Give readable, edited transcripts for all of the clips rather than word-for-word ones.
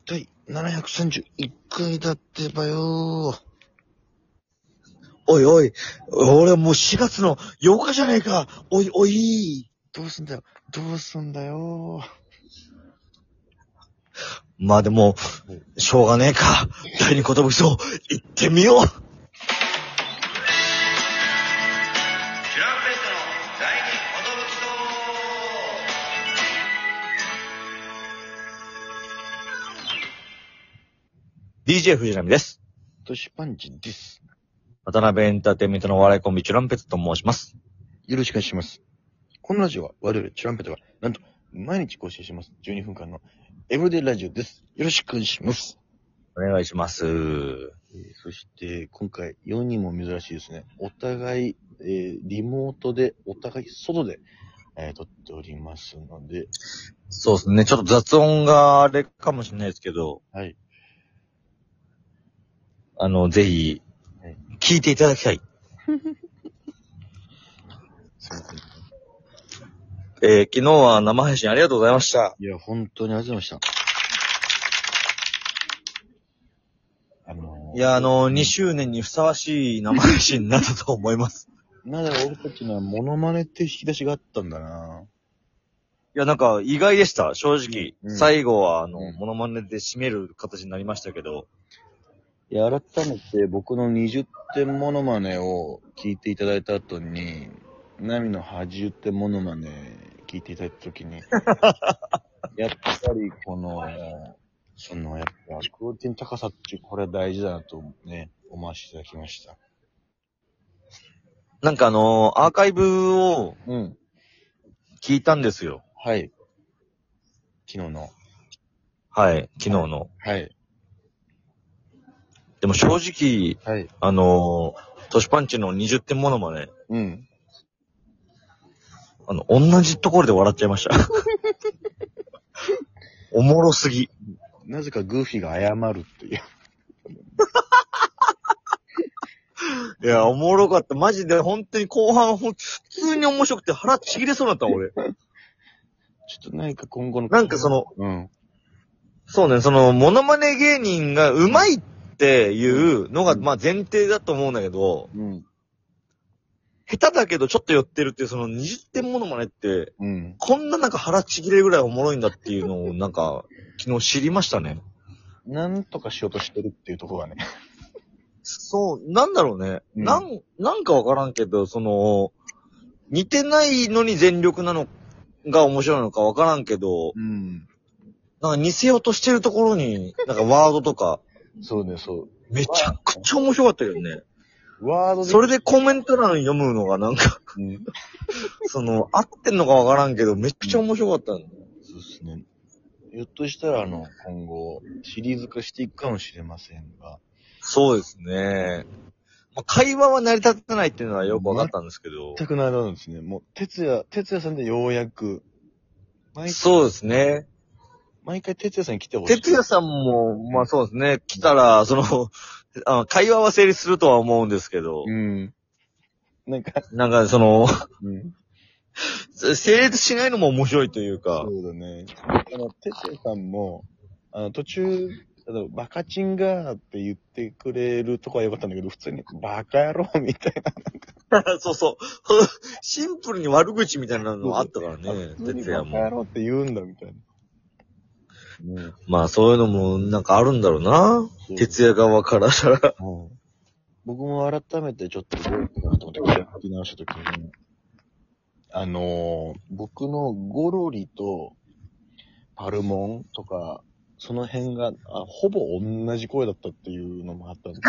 第731回だってばよー。おいおい、俺もう4月の8日じゃねえか。おいおい、どうすんだよ、どうすんだよ。まあでも、しょうがねえか。第二言武器そう、行ってみよう。DJ 藤波です。 トシパンチです。 渡辺エンターテインメントの笑いコンビチュランペットと申します。 よろしくお願いします。このラジオは我々チュランペットがなんと毎日更新します。12分間のエブリデイラジオです。よろしくお願いします。 お願いします。 そして今回4人も珍しいですね。お互い、リモートでお互い外で、撮っておりますので。 そうですね。ちょっと雑音があれかもしれないですけど。 はい。 ぜひ、聞いていただきたい。 すいません。 昨日は生配信ありがとうございました。 いや、本当にありがとうございました。 いや、2周年にふさわしい生配信になったと思います。 なんだろ、俺たちのはモノマネっていう引き出しがあったんだな。 いや、なんか意外でした、正直。 うん、 最後は、モノマネで締める形になりましたけど。 いや、改めて僕の20点モノマネを聞いていただいた後に、ナミの80点モノマネ聞いていただいたときに、やっぱりこの、やっぱクオリティの高さってこれは大事だなとね、思わせていただきました。 なんかアーカイブを、聞いたんですよ。 はい。昨日の。 はい、昨日の。 はい。 でも正直、 はい。 トシパンチの20点モノマネ。 うん。 同じところで笑っちゃいました。おもろすぎ。 なぜかグーフィーが謝るっていう。 いや、おもろかった。マジで本当に後半普通に面白くて腹ちぎれそうになった俺。 ちょっと何か今後の。 なんかそうね、モノマネ芸人が上手いっていうのが、まあ前提だと思うんだけど、下手だけどちょっと寄ってるっていうその20点モノマネって、こんななんか腹ちぎれるぐらいおもろいんだっていうのをなんか昨日知りましたね。 なんとかしようとしてるっていうところがね。 そう、なんだろうね。なんかわからんけど、似てないのに全力なのが面白いのかわからんけど、なんか似せようとしてるところに、なんかワードとか、 そうね、そう。 めちゃくちゃ面白かったけどね。 ワードで。 それでコメント欄読むのがなんか、合ってんのかわからんけど、めっちゃ面白かったんだ。 そうですね。ひょっとしたら今後、シリーズ化していくかもしれませんが。そうですね。まあ、会話は成り立たないっていうのはよくわかったんですけど。 全くなるんですね。もう、哲也さんでようやく。 そうですね。 毎回哲也さんに来てほしい。 哲也さんも、まあそうですね。来たら、会話は成立するとは思うんですけど。なんか成立しないのも面白いというか。 そうだね。哲也さんも、途中、バカチンガーって言ってくれるとこはよかったんだけど、普通にバカ野郎みたいな。そうそう。シンプルに悪口みたいなのあったからね。哲也も。 バカ野郎って言うんだみたいな。 まあそういうのもなんかあるんだろうな。哲也側からしたら。 僕も改めてちょっとどういうことかなと思って聞き直したときに、僕のゴロリとパルモンとか、その辺が、ほぼ同じ声だったっていうのもあったんです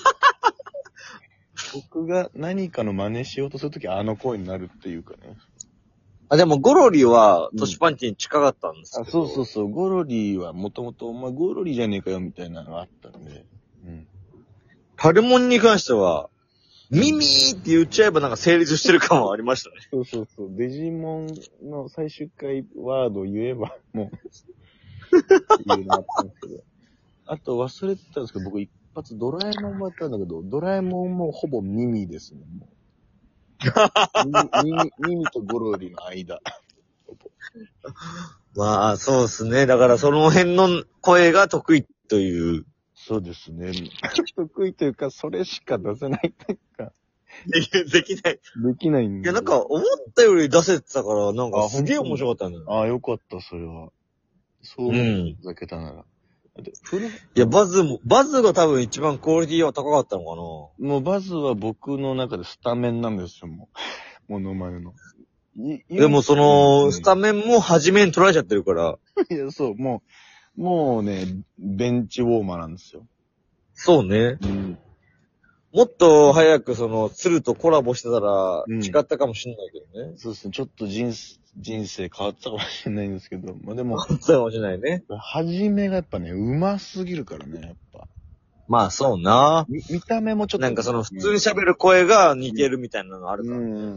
僕が何かの真似しようとするときあの声になるっていうかね。 でもゴロリはトシパンチに近かったんですけど、 そう。ゴロリはもともとお前ゴロリじゃねえかよみたいなのがあったんで。 パルモンに関しては、ミミーって言っちゃえばなんか成立してる感はありましたね。 そう。デジモンの最終回ワードを言えば、もう、言うなったんですけど。あと忘れてたんですけど、僕一発ドラえもんもやったんだけど、ドラえもんもほぼミミですね、もう。ミミとゴロリの間。 まあ、そうですね。だからその辺の声が得意という。 そうですね。得意というか、それしか出せないというか。 できない。 できないんで。 いや、なんか、思ったより出せてたから、なんかすげえ面白かったんだよ。 ああ、よかった、それは。そう思っていただけたなら。 いや、バズが多分一番クオリティは高かったのかな。 もうバズは僕の中でスタメンなんですよ、もう。モノマネの。 でもその、スタメンも初めに取られちゃってるから。 いや、そう、もうね、ベンチウォーマーなんですよ。 そうね。 うん。 もっと早く鶴とコラボしてたら、 うん違ったかもしれないけどね。 そうですね、ちょっと人生変わったかもしれないんですけど、まあでも、 変わったかもしれないね。 初めがやっぱね、うますぎるからね、やっぱ。 まあそうな。 見た目もちょっと。 なんか普通に喋る声が似てるみたいなのあるから。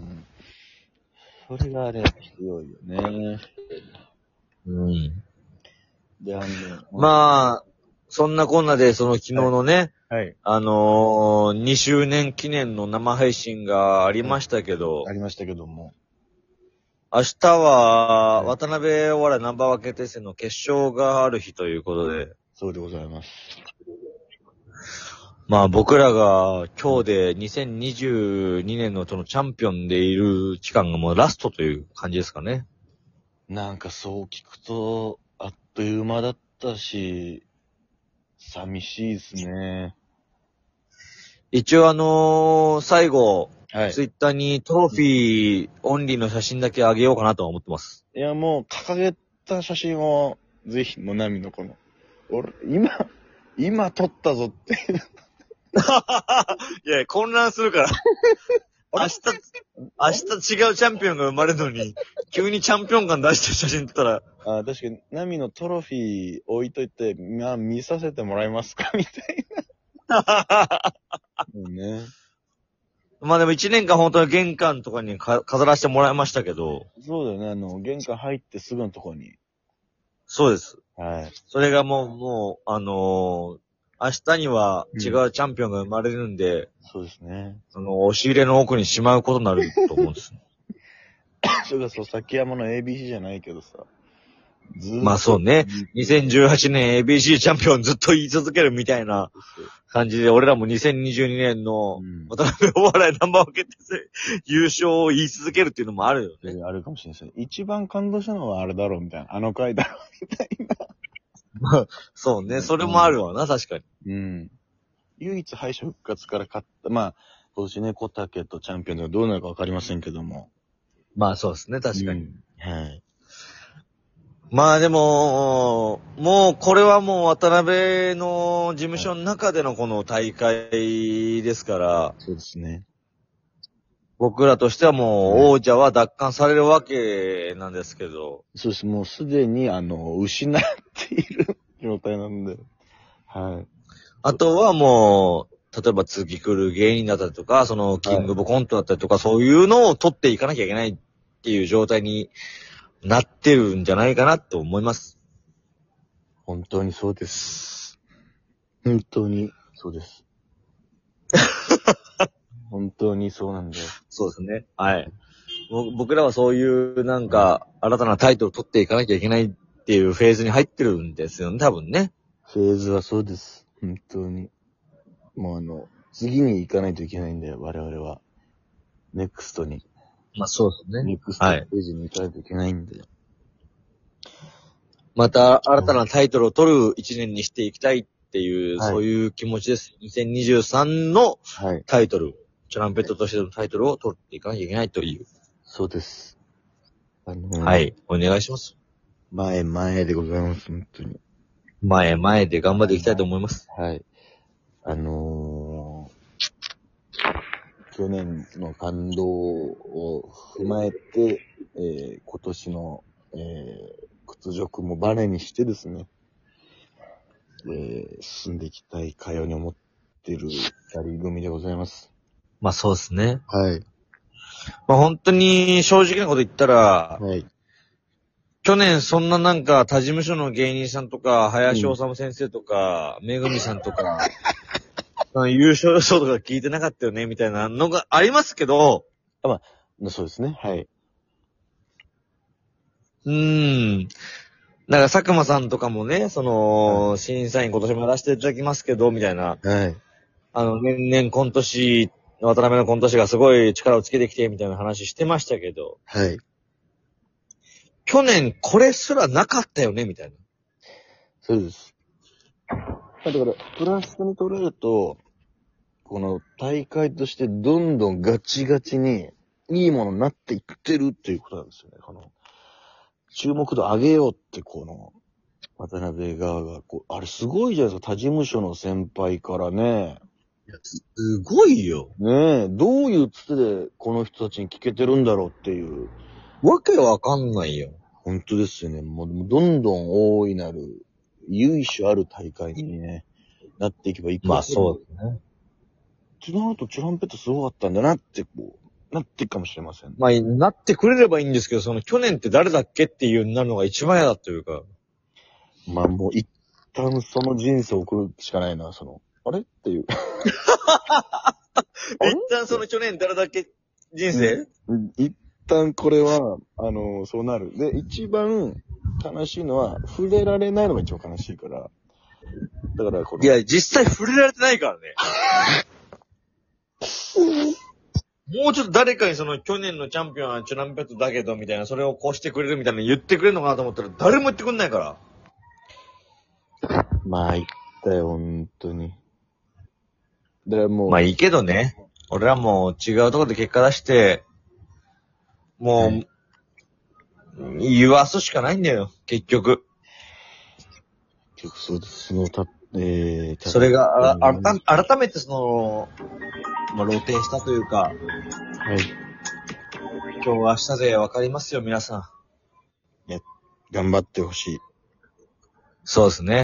それがあれ、強いよね。 うん。 で、 まあ、そんなこんなで、昨日のね、 はい。 2周年記念の生配信がありましたけど、 ありましたけども。 明日は、渡辺お笑いナンバーワン決定戦の決勝がある日ということで、 そうでございます。 まあ僕らが今日で2022年のそのチャンピオンでいる期間がもうラストという感じですかね。 なんかそう聞くと、あっという間だったし、寂しいですね。 一応最後、 はい。 ツイッターにトロフィーオンリーの写真だけあげようかなとは思ってます。 いや、もう掲げた写真を、ぜひ、もうナミの俺、今撮ったぞっていう。 いや、混乱するから。明日違うチャンピオンが生まれるのに、急にチャンピオン感出して写真撮ったら。 あ、確かに、ナミのトロフィー置いといて、まあ、見させてもらえますかみたいな。ね。 まあでも1年間本当に玄関とかに飾らせてもらいましたけど。 そうだよね、玄関入ってすぐのところに。 そうです。 はい。 それがもう、明日には違うチャンピオンが生まれるんで、 そうですね。 押し入れの奥にしまうことになると思うんです。 それがそう、崎山の ABC じゃないけどさ。 まあそうね。2018年 ABC チャンピオンずっと言い続けるみたいな感じで、俺らも2022年の渡辺お笑いナンバーワン決定戦優勝を言い続けるっていうのもあるよね。 あるかもしれないですね。一番感動したのはあれだろうみたいな。あの回だろうみたいな。 まあ、そうね。それもあるわな、確かに。 うん。唯一敗者復活から勝った。まあ、今年ね、小竹とチャンピオンがどうなるかわかりませんけども。 まあそうですね、確かに。 はい。 まあでも、もうこれはもう渡辺の事務所の中でのこの大会ですから、 そうですね。 僕らとしてはもう王者は奪還されるわけなんですけど。 そうです。もうすでに、失っている状態なんで。はい。 あとはもう、例えば次来る芸人だったりとか、キングオブコントだったりとか、そういうのを取っていかなきゃいけないっていう状態になってるんじゃないかなと思います。 本当にそうです。本当にそうです。本当にそうなんだよ。 そうですね。はい。僕らはそういうなんか、新たなタイトルを取っていかなきゃいけないっていうフェーズに入ってるんですよね、多分ね。 フェーズはそうです。本当に。もう次に行かないといけないんだよ、我々は。ネクストに。 まあそうですね。 ネクストステージに行かないといけないんで。 また新たなタイトルを取る一年にしていきたいっていう、 はいそういう気持ちです。2023のタイトル、トランペットとしてのタイトルを取っていかなきゃいけないという。 そうです。 はい、お願いします。 前でございます、本当に。 前で頑張っていきたいと思います。 はい。去年の感動を踏まえて、今年の、屈辱もバネにしてですね、進んでいきたいかように思っている二人組でございます。 まあそうですね。 はい。 まあ本当に正直なこと言ったら、 はい。 去年そんななんか他事務所の芸人さんとか、林修先生とか、めぐみさんとか、優勝予想とか聞いてなかったよね、みたいなのがありますけど、 そうですね。はい。 なんか佐久間さんとかもね、審査員今年もやらせていただきますけど、みたいな。 はい。 年々今年、渡辺の今年がすごい力をつけてきて、みたいな話してましたけど、 はい。 去年これすらなかったよね、みたいな。 そうです。だから、プラスに取れると、この大会としてどんどんガチガチにいいものになっていってるっていうことなんですよね。注目度上げようって渡辺側が、あれすごいじゃないですか。他事務所の先輩からね。 いや、すごいよ。 ねえ、どういうつてでこの人たちに聞けてるんだろうっていう。 わけわかんないよ。 本当ですよね。もうどんどん大いなる、由緒ある大会にね、なっていけばいいか。 まあそうですね。 ってなるとチュランペットすごかったんだなって、なっていくかもしれません。 まあ、なってくれればいいんですけど、去年って誰だっけっていうになるのが一番嫌だというか。 まあもう一旦その人生を送るしかないな、あれっていう。 一旦去年誰だっけ人生、 一旦これは、そうなる。で、一番悲しいのは、触れられないのが一番悲しいから。だからいや、実際触れられてないからね。もうちょっと誰かに去年のチャンピオンはチュランペットだけど、みたいな、それをこうしてくれるみたいな言ってくれるのかなと思ったら、誰も言ってくんないから。 まあ、言ったよ、本当に。だからもう。 まあいいけどね。俺はもう違うところで結果出して、もう、言わすしかないんだよ、結局。 そうです。 それが、改めてまあ、露呈したというか、 はい。 今日明日でわかりますよ、皆さん。 頑張ってほしい。 そうですね。